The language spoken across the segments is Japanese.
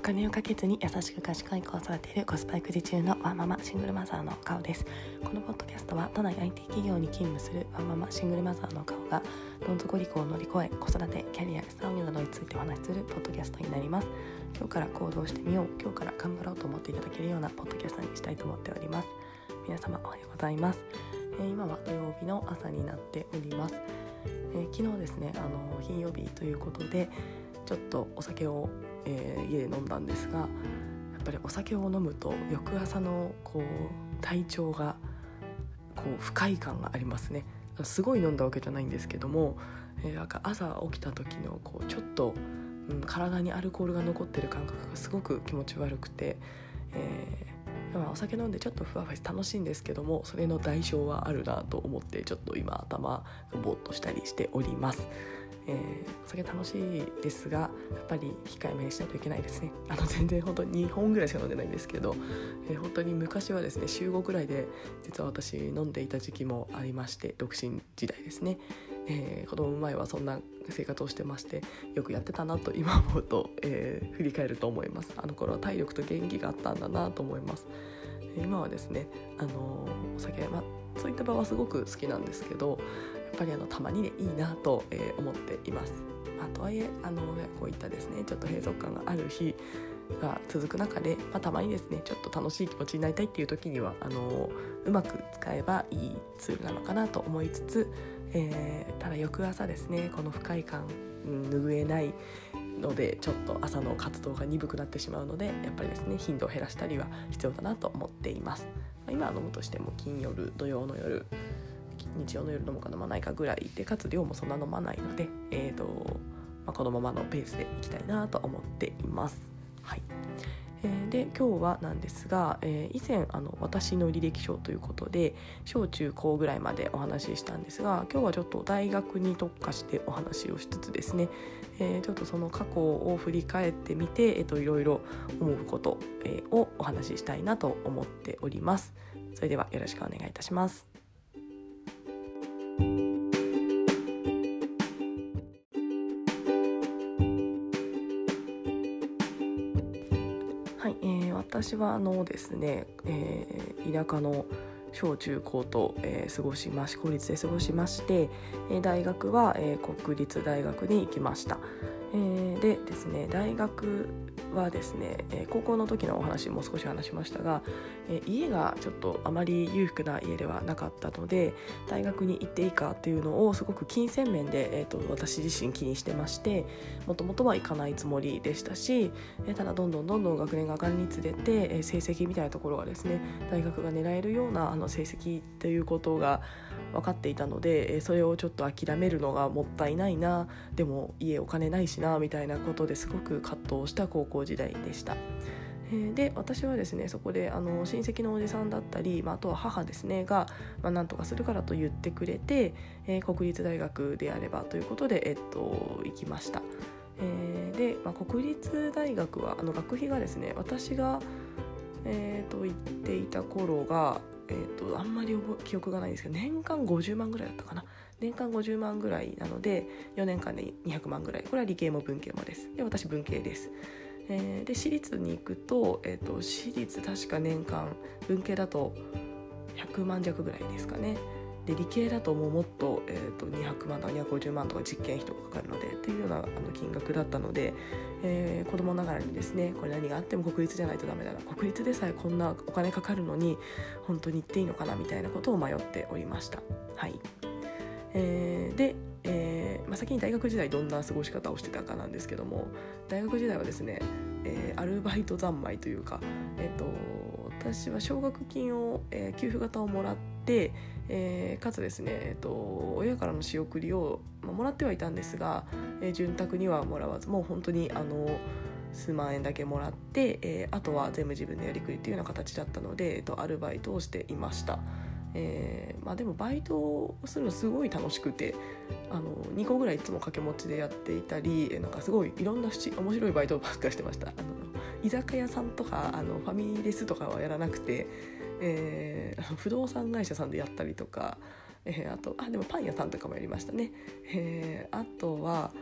金をかけずに優しく賢い子を育てるコスパ育児中のワンママシングルマザーのカオです。このポッドキャストは都内 IT 企業に勤務するワンママシングルマザーのカオがどん底離婚を乗り越え、子育て、キャリア、資産運用などについてお話しするポッドキャストになります。今日から行動してみよう、今日から頑張ろうと思っていただけるようなポッドキャストにしたいと思っております。皆様おはようございます。今は土曜日の朝になっております。昨日ですね、金曜日ということでちょっとお酒を、家で飲んだんですが、やっぱりお酒を飲むと翌朝の体調が不快感がありますね。すごい飲んだわけじゃないんですけども、なんか朝起きた時のちょっと、体にアルコールが残ってる感覚がすごく気持ち悪くて、お酒飲んでちょっとふわふわして楽しいんですけども、それの代償はあるなと思ってちょっと今頭がぼーっとしたりしております。お酒楽しいですが、やっぱり控えめにしないといけないですね。全然本当に2本ぐらいしか飲んでないんですけど、本当に昔はですね、週5ぐらいで実は私飲んでいた時期もありまして、独身時代ですね。子供前はそんな生活をしてまして、よくやってたなと今思うと、振り返ると思います。あの頃は体力と元気があったんだなと思います。今はですね、お酒、そういった場はすごく好きなんですけど、やっぱりたまにでいいなと、思っています。とはいえこういったですね、ちょっと閉塞感がある日が続く中で、たまにですね、ちょっと楽しい気持ちになりたいっていう時にはうまく使えばいいツールなのかなと思いつつ、ただ翌朝ですね、この不快感、拭えないので、ちょっと朝の活動が鈍くなってしまうので、やっぱりですね、頻度を減らしたりは必要だなと思っています。今は飲むとしても金夜、土曜の夜、日曜の夜飲むか飲まないかぐらいで、かつ量もそんな飲まないので、このままのペースでいきたいなと思っています。はい。で今日はなんですが、以前私の履歴書ということで小中高ぐらいまでお話ししたんですが、今日はちょっと大学に特化してお話をしつつですね、ちょっとその過去を振り返ってみて、いろいろ思うこと、をお話ししたいなと思っております。それではよろしくお願いいたします。はい、私はですね、田舎の小中高と、公立で過ごしまして、大学は、国立大学に行きました。でですね、大学はですね、高校の時のお話も少し話しましたが、家がちょっとあまり裕福な家ではなかったので、大学に行っていいかっていうのをすごく金銭面で、私自身気にしてまして、もともとは行かないつもりでしたし、ただどんどん学年が上がるにつれて、成績みたいなところがですね、大学が狙えるような成績ということが分かっていたので、それをちょっと諦めるのがもったいないな、でも家お金ないしなみたいなことですごく葛藤した高校時代でした。で私はですね、そこで親戚のおじさんだったり、あとは母ですねが、なんとかするからと言ってくれて、国立大学であればということで、行きました。で、国立大学は学費がですね、私が、行っていた頃が、あんまり記憶がないんですけど、年間50万ぐらいだったかな。年間50万ぐらいなので、4年間で200万ぐらい。これは理系も文系もです。で、私文系です。で私立に行くと、私立確か年間文系だと100万弱ぐらいですかね。で理系だともっと、200万とか250万とか実験費とかかかるのでっていうような金額だったので、子供ながらにですね、これ何があっても国立じゃないとダメだな、国立でさえこんなお金かかるのに本当に行っていいのかなみたいなことを迷っておりました。はい。で、先に大学時代どんな過ごし方をしてたかなんですけども、大学時代はですね、アルバイト三昧というか、私は奨学金を、給付型をもらって、かつですね、親からの仕送りを、もらってはいたんですが、潤沢にはもらわず、もう本当に数万円だけもらって、あとは全部自分でやりくりっていうような形だったので、アルバイトをしていました。でもバイトをするのすごい楽しくて、2個ぐらいいつも掛け持ちでやっていたり、なんかすごいいろんな面白いバイトばっかしてました。居酒屋さんとかファミレスとかはやらなくて、不動産会社さんでやったりとか、あとでもパン屋さんとかもやりましたね。あとは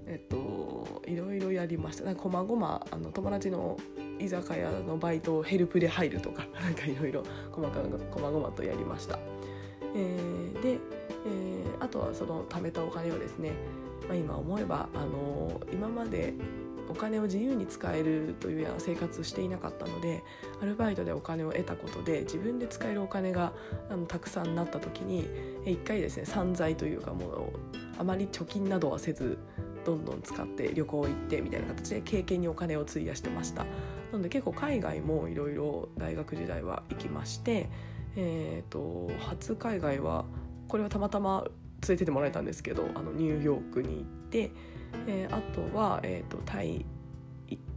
いろいろやりました。なんかこまごま友達の居酒屋のバイトをヘルプで入るとか、なんかいろいろこまごまとやりました。で、あとはその貯めたお金をですね、今思えば今までお金を自由に使えるというような生活をしていなかったので、アルバイトでお金を得たことで自分で使えるお金がたくさんなった時に一回ですね、散財というか、もうあまり貯金などはせずどんどん使って旅行行ってみたいな形で経験にお金を費やしてました。なので結構海外もいろいろ大学時代は行きまして、初海外はこれはたまたま連れてってもらえたんですけど、ニューヨークに行って、あとは、タイ行って、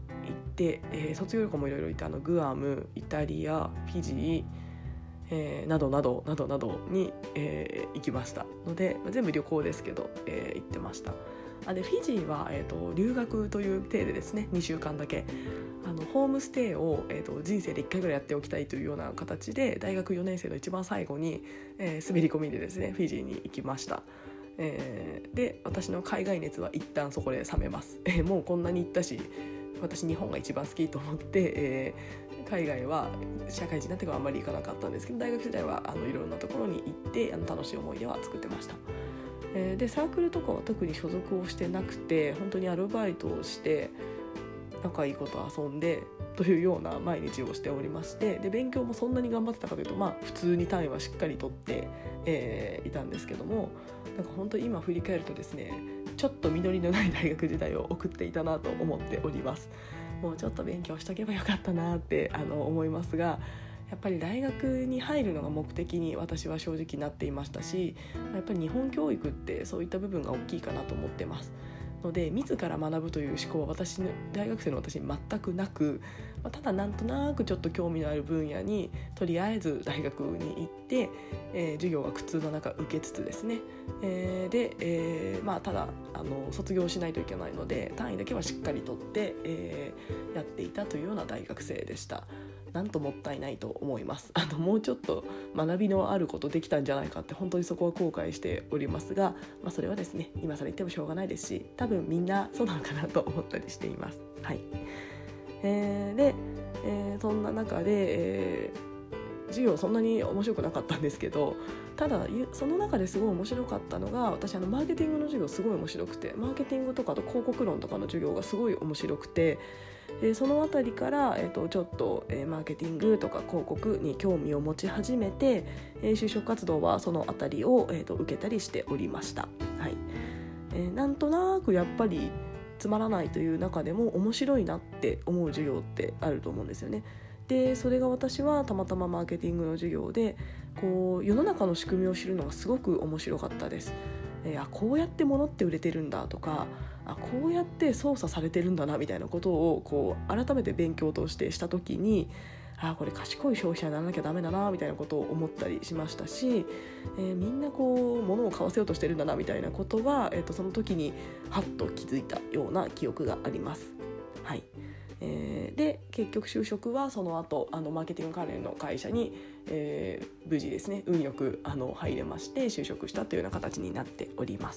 卒業旅行もいろいろ行ってグアム、イタリア、フィジー、などなどに、行きましたので、全部旅行ですけど、行ってました。でフィジーは、留学という体でですね、2週間だけホームステイを、人生で1回ぐらいやっておきたいというような形で、大学4年生の一番最後に、滑り込みでですねフィジーに行きました。で私の海外熱は一旦そこで冷めます。もうこんなに行ったし、私日本が一番好きと思って、海外は社会人になってからあんまり行かなかったんですけど、大学時代はいろんなところに行って楽しい思い出は作ってました。でサークルとかは特に所属をしてなくて、本当にアルバイトをして仲いい子と遊んでというような毎日をしておりまして、で勉強もそんなに頑張ってたかというと、普通に単位はしっかり取って、いたんですけども、なんか本当に今振り返るとですね、ちょっと実りのない大学時代を送っていたなと思っております。もうちょっと勉強しとけばよかったなって思いますが、やっぱり大学に入るのが目的に私は正直なっていましたし、やっぱり日本教育ってそういった部分が大きいかなと思ってますので、自ら学ぶという思考は大学生の私に全くなく、ただなんとなくちょっと興味のある分野にとりあえず大学に行って、授業は苦痛の中受けつつですね、で、ただ卒業しないといけないので単位だけはしっかり取って、やっていたというような大学生でした。なんともったいないと思います。もうちょっと学びのあることできたんじゃないかって本当にそこは後悔しておりますが、それはですね今更言ってもしょうがないですし、多分みんなそうなのかなと思ったりしています。はい。で、そんな中で、授業そんなに面白くなかったんですけど、ただその中ですごい面白かったのが、私マーケティングの授業すごい面白くて、マーケティングとかと広告論とかの授業がすごい面白くて、そのあたりから、ちょっと、マーケティングとか広告に興味を持ち始めて、就職活動はそのあたりを、受けたりしておりました。はい。なんとなくやっぱりつまらないという中でも面白いなって思う授業ってあると思うんですよね。でそれが私はたまたまマーケティングの授業で、世の中の仕組みを知るのがすごく面白かったです。こうやって物って売れてるんだとか、こうやって操作されてるんだなみたいなことを改めて勉強としてした時に、これ賢い消費者にならなきゃダメだなみたいなことを思ったりしましたし、みんな物を買わせようとしてるんだなみたいなことは、その時にハッと気づいたような記憶があります。はい。で結局就職はその後マーケティング関連の会社に、無事ですね運よく入れまして就職したというような形になっております。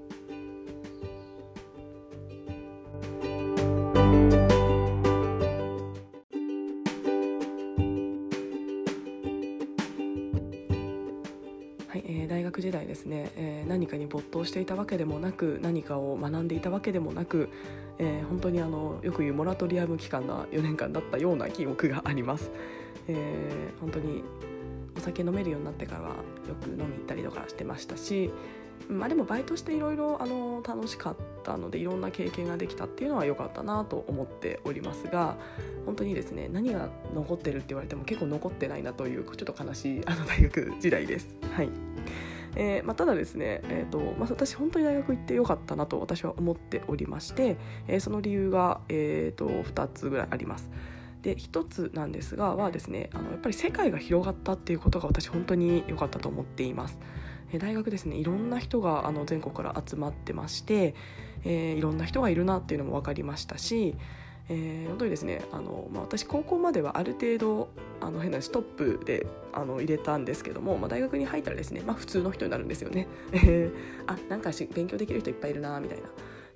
はい。大学時代ですね、何かに没頭していたわけでもなく、何かを学んでいたわけでもなく、本当によく言うモラトリアム期間が4年間だったような記憶があります。本当にお酒飲めるようになってからはよく飲み行ったりとかしてましたし、でもバイトしていろいろ楽しかったのでいろんな経験ができたっていうのは良かったなと思っておりますが、本当にですね何が残ってるって言われても結構残ってないなというちょっと悲しい大学時代です。はい。ただですね、私本当に大学行ってよかったなと私は思っておりまして、その理由が、2つぐらいあります。で1つなんですがはですね、やっぱり世界が広がったっていうことが私本当に良かったと思っています。大学ですね、いろんな人が全国から集まってまして、いろんな人がいるなっていうのも分かりましたし、本当にですね私高校まではある程度変な話トップで入れたんですけども、大学に入ったらですね、普通の人になるんですよね。なんか勉強できる人いっぱいいるなみたいな。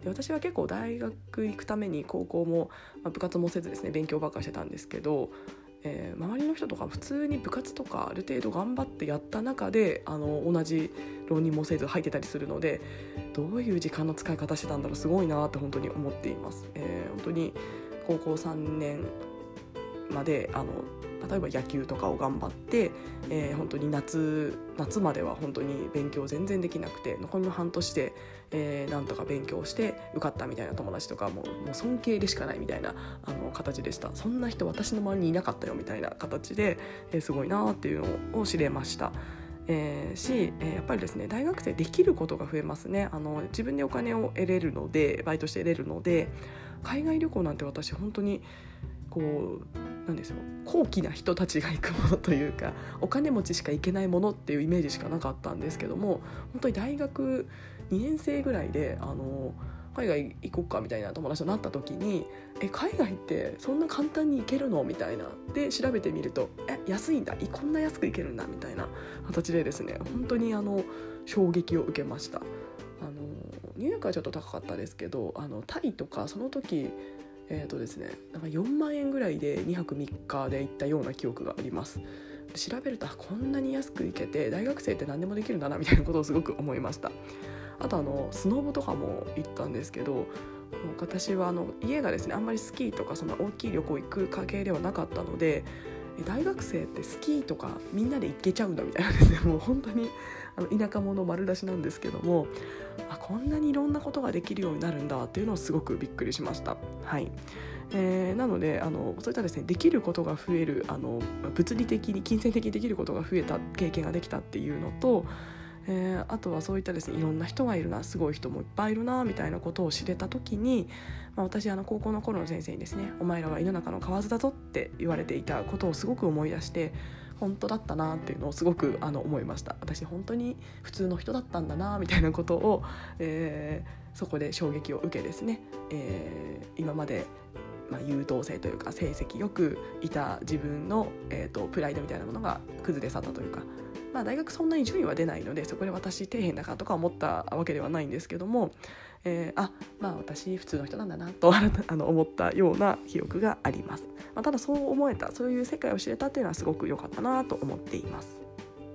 で私は結構大学行くために高校も、部活もせずですね勉強ばっかりしてたんですけど、周りの人とか普通に部活とかある程度頑張ってやった中で同じ浪人もせず入ってたりするので、どういう時間の使い方してたんだろう、すごいなって本当に思っています。本当に高校3年まで例えば野球とかを頑張って、本当に夏までは本当に勉強全然できなくて、残りの半年で、なんとか勉強して受かったみたいな友達とかもう尊敬でしかないみたいな形でした。そんな人私の周りにいなかったよみたいな形で、すごいなっていうのを知れました。やっぱりですね、大学生できることが増えますね。自分でお金を得れるので、バイトして得れるので、海外旅行なんて私本当になんですよ、高貴な人たちが行くものというか、お金持ちしか行けないものっていうイメージしかなかったんですけども、本当に大学2年生ぐらいで海外行こうかみたいな友達となった時に、海外ってそんな簡単に行けるのみたいなで調べてみると、安いんだ、こんな安く行けるんだみたいな形でですね、本当に衝撃を受けました。ニューヨークはちょっと高かったですけど、タイとかその時ですね、なんか4万円ぐらいで2泊3日で行ったような記憶があります。調べるとこんなに安く行けて大学生って何でもできるんだなみたいなことをすごく思いました。あとスノボとかも行ったんですけど、私は家がですねあんまりスキーとかそんな大きい旅行行く家系ではなかったので、大学生ってスキーとかみんなで行けちゃうんだみたいなですね、もう本当に田舎者丸出しなんですけども、こんなにいろんなことができるようになるんだっていうのをすごくびっくりしました。はい。なのでそういったですね、できることが増える物理的に金銭的にできることが増えた経験ができたっていうのと、あとはそういったですね、いろんな人がいるな、すごい人もいっぱいいるなみたいなことを知れた時に、私高校の頃の先生にですね、お前らは世の中の蛙だぞって言われていたことをすごく思い出して、本当だったなっていうのをすごく思いました。私本当に普通の人だったんだなみたいなことを、そこで衝撃を受けですね、今まで優等生というか成績よくいた自分の、プライドみたいなものが崩れ去ったというか、大学そんなに順位は出ないのでそこで私底辺だからとか思ったわけではないんですけども、私普通の人なんだなと思ったような記憶があります。ただそう思えた、そういう世界を知れたっていうのはすごく良かったなと思っています。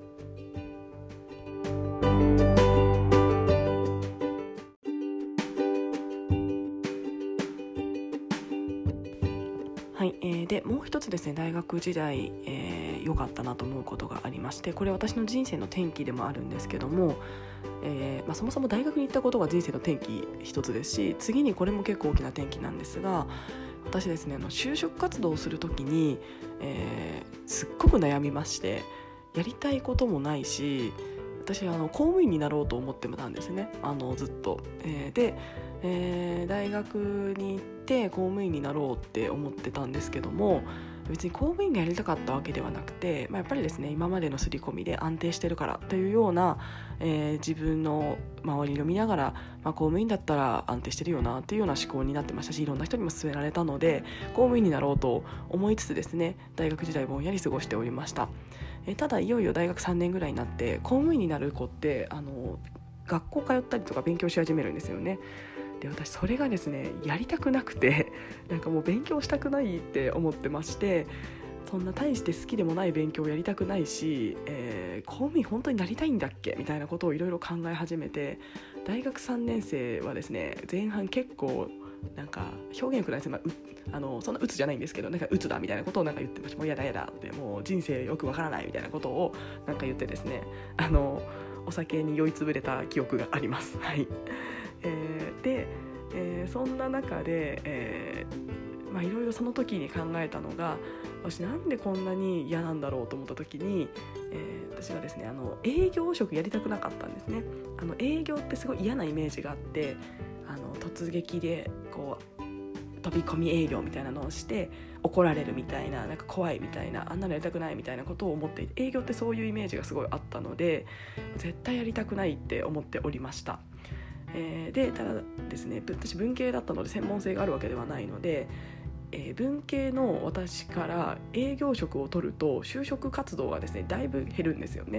はい、でもう一つですね、大学時代良かったなと思うことがありまして、これ私の人生の転機でもあるんですけども、そもそも大学に行ったことが人生の転機一つですし、次にこれも結構大きな転機なんですが、私ですね就職活動をするときに、すっごく悩みまして、やりたいこともないし、私公務員になろうと思ってたんですね、ずっと、で、大学に行って公務員になろうって思ってたんですけども、別に公務員がやりたかったわけではなくて、やっぱりですね、今までの刷り込みで安定してるからというような、自分の周りを見ながら、公務員だったら安定してるよなっていうような思考になってましたし、いろんな人にも勧められたので公務員になろうと思いつつですね、大学時代ぼんやり過ごしておりました。ただいよいよ大学3年ぐらいになって公務員になる子って学校通ったりとか勉強し始めるんですよね。で、私それがですねやりたくなくて、なんかもう勉強したくないって思ってまして、そんな大して好きでもない勉強をやりたくないし、公務員本当になりたいんだっけみたいなことをいろいろ考え始めて、大学3年生はですね前半結構なんか表現よくないですよ、そんな鬱じゃないんですけど、なんか鬱だみたいなことをなんか言ってました。もうやだやだって、もう人生よくわからないみたいなことをなんか言ってですね、お酒に酔いつぶれた記憶があります。はい。で、そんな中で、いろいろその時に考えたのが、私なんでこんなに嫌なんだろうと思った時に、私はですね営業職やりたくなかったんですね。営業ってすごい嫌なイメージがあって、突撃でこう飛び込み営業みたいなのをして怒られるみたいな、なんか怖いみたいな、あんなのやりたくないみたいなことを思っていて、営業ってそういうイメージがすごいあったので絶対やりたくないって思っておりました。でただですね、私文系だったので専門性があるわけではないので、文系の私から営業職を取ると就職活動がですねだいぶ減るんですよね。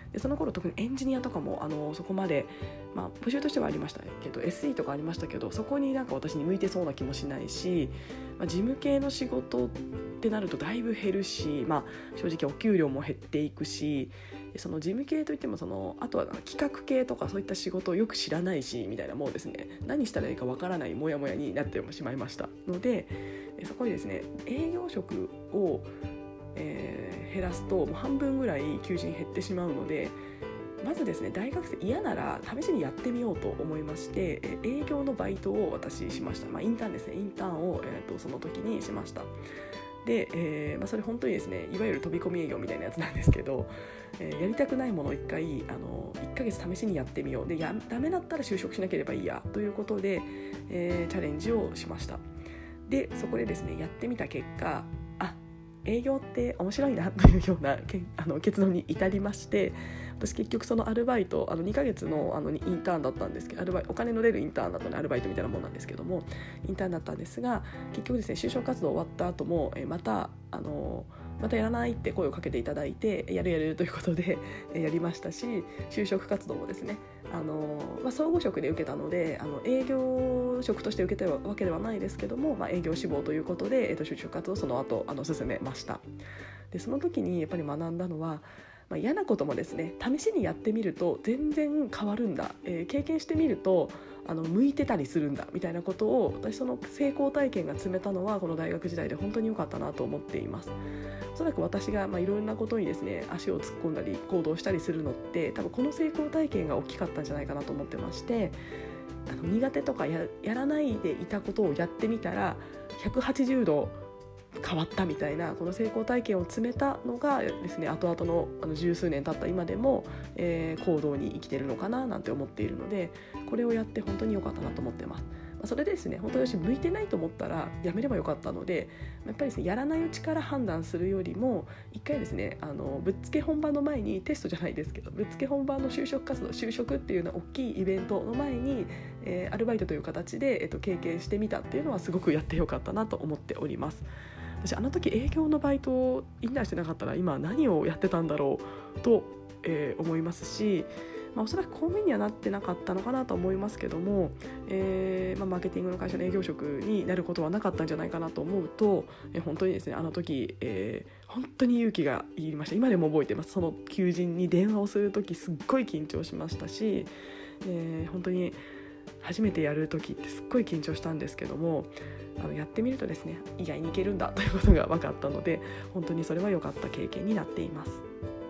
でその頃特にエンジニアとかもそこまで、募集としてはありましたけど SE とかありましたけど、そこになんか私に向いてそうな気もしないし、事務系の仕事ってなるとだいぶ減るし、正直お給料も減っていくし、その事務系といってもあとは企画系とかそういった仕事をよく知らないしみたいな、もうですね何したらいいかわからないモヤモヤになってしまいましたので、そこにですね営業職を減らすともう半分ぐらい求人減ってしまうので、まずですね大学生嫌なら試しにやってみようと思いまして、営業のバイトを私しました。インターンですね。インターンを、その時にしました。で、それ本当にですねいわゆる飛び込み営業みたいなやつなんですけど、やりたくないものを1ヶ月試しにやってみようで、ダメだったら就職しなければいいやということで、チャレンジをしました。でそこでですねやってみた結果、営業って面白いなというような結論に至りまして、私結局そのアルバイト2ヶ月のインターンだったんですけど、お金の出るインターンだったのでアルバイトみたいなもんなんですけども、インターンだったんですが、結局ですね就職活動終わった後もまたやらないって声をかけていただいて、やるということでやりましたし、就職活動もですね総合職で受けたので営業職として受けたわけではないですけども、営業志望ということで、就職活動をその後進めました。でその時にやっぱり学んだのは、嫌なこともですね試しにやってみると全然変わるんだ、経験してみると向いてたりするんだみたいなことを、私その成功体験が積めたのはこの大学時代で本当に良かったなと思っています。おそらく私がいろんなことにですね足を突っ込んだり行動したりするのって多分この成功体験が大きかったんじゃないかなと思ってまして、苦手とか やらないでいたことをやってみたら180度変わったみたいな、この成功体験を積めたのがですね後々の十数年経った今でも、行動に生きてるのかななんて思っているので、これをやって本当に良かったなと思ってます。それでですね本当に私向いてないと思ったらやめればよかったので、やっぱりですねやらないうちから判断するよりも一回ですねぶっつけ本番の前にテストじゃないですけど、ぶっつけ本番の就職っていうような大きいイベントの前に、アルバイトという形で、経験してみたっていうのはすごくやってよかったなと思っております。私あの時営業のバイトをインターンしてなかったら今何をやってたんだろうと、思いますし、おそらく公務員にはなってなかったのかなと思いますけども、マーケティングの会社の営業職になることはなかったんじゃないかなと思うと、本当にですねあの時、本当に勇気がいりました。今でも覚えてます。その求人に電話をする時すっごい緊張しましたし、本当に初めてやる時ってすっごい緊張したんですけども、やってみるとですね意外にいけるんだということが分かったので、本当にそれは良かった経験になっています。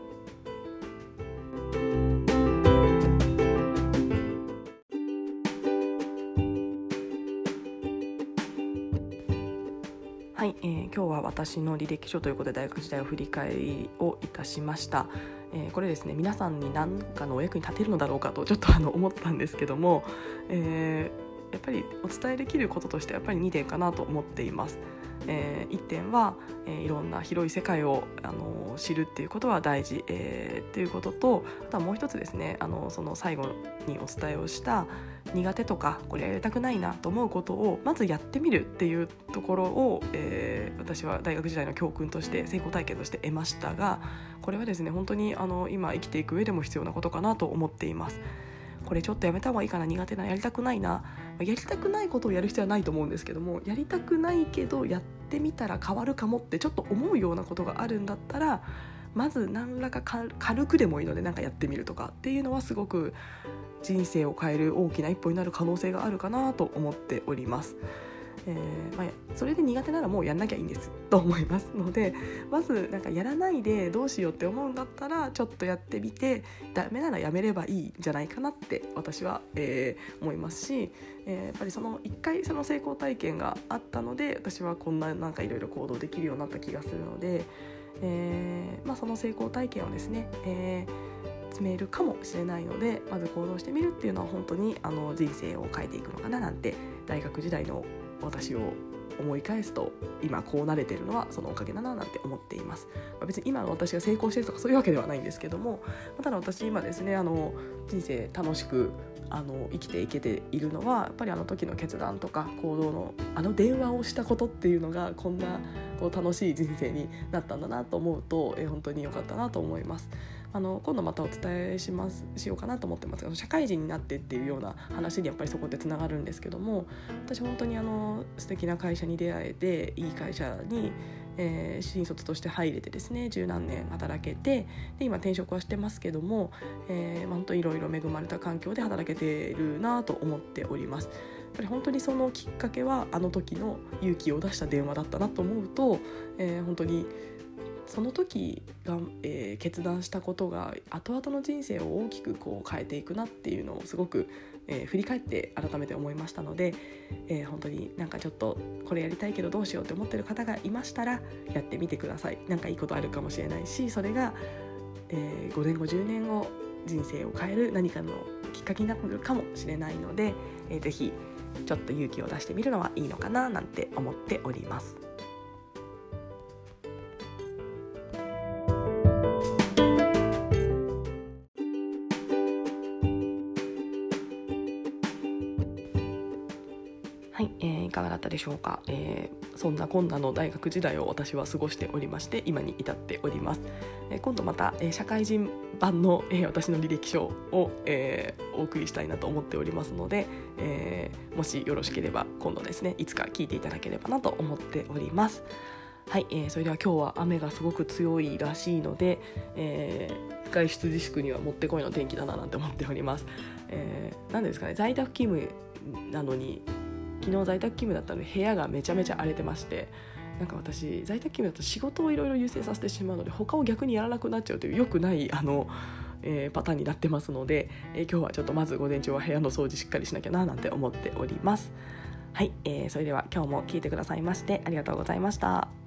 はい、今日は私の履歴書ということで大学時代を振り返りをいたしました。これですね皆さんに何かのお役に立てるのだろうかとちょっと思ったんですけども、やっぱりお伝えできることとしてやっぱり2点かなと思っています。1点は、いろんな広い世界を知るっていうことは大事、っていうことと、あとはもう一つですねその最後にお伝えをした苦手とかこれやりたくないなと思うことをまずやってみるっていうところを、私は大学時代の教訓として成功体験として得ましたが、これはですね本当に今生きていく上でも必要なことかなと思っています。これちょっとやめた方がいいかな、苦手な、やりたくないな、やりたくないことをやる必要はないと思うんですけども、やりたくないけどやってみたら変わるかもってちょっと思うようなことがあるんだったら、まず何らか軽くでもいいので何かやってみるとかっていうのはすごく人生を変える大きな一歩になる可能性があるかなと思っております。それで苦手ならもうやんなきゃいいんですと思いますので、まずなんかやらないでどうしようって思うんだったらちょっとやってみて、ダメならやめればいいんじゃないかなって私は、思いますし、やっぱりその一回その成功体験があったので私はこんななんかいろいろ行動できるようになった気がするので、その成功体験をですね、積めるかもしれないので、まず行動してみるっていうのは本当に人生を変えていくのかななんて、大学時代の私を思い返すと今こうなれてるのはそのおかげだななんて思っています。別に今の私が成功してるとかそういうわけではないんですけども、ただ私今ですね人生楽しく生きていけているのはやっぱり時の決断とか行動の電話をしたことっていうのがこんな楽しい人生になったんだなと思うと、本当に良かったなと思います。 今度またお伝えしようかなと思ってますが、社会人になってっていうような話にやっぱりそこでつながるんですけども、私本当に素敵な会社に出会えて、いい会社に新卒として入れてですね、十何年働けて、で今転職はしてますけども、本当いろいろ恵まれた環境で働けているなと思っております。やっぱり本当にそのきっかけはあの時の勇気を出した電話だったなと思うと、本当にその時が、決断したことが後々の人生を大きく変えていくなっていうのをすごく、振り返って改めて思いましたので、本当になんかちょっとこれやりたいけどどうしようって思ってる方がいましたらやってみてください。なんかいいことあるかもしれないし、それが、5年後10年後人生を変える何かのきっかけになるかもしれないので、ぜひちょっと勇気を出してみるのはいいのかななんて思っております。はい、いかがだったでしょうか。そんなこんなの大学時代を私は過ごしておりまして、今に至っております。今度また、社会人版の、私の履歴書を、お送りしたいなと思っておりますので、もしよろしければ今度ですね、いつか聞いていただければなと思っております。はい、それでは今日は雨がすごく強いらしいので、外出自粛にはもってこいの天気だななんて思っております。なんですかね、在宅勤務なのに、昨日在宅勤務だったので部屋がめちゃめちゃ荒れてまして、なんか私在宅勤務だと仕事をいろいろ優先させてしまうので、他を逆にやらなくなっちゃうという良くないパターンになってますので、今日はちょっとまず午前中は部屋の掃除しっかりしなきゃななんて思っております。はい、それでは今日も聞いてくださいましてありがとうございました。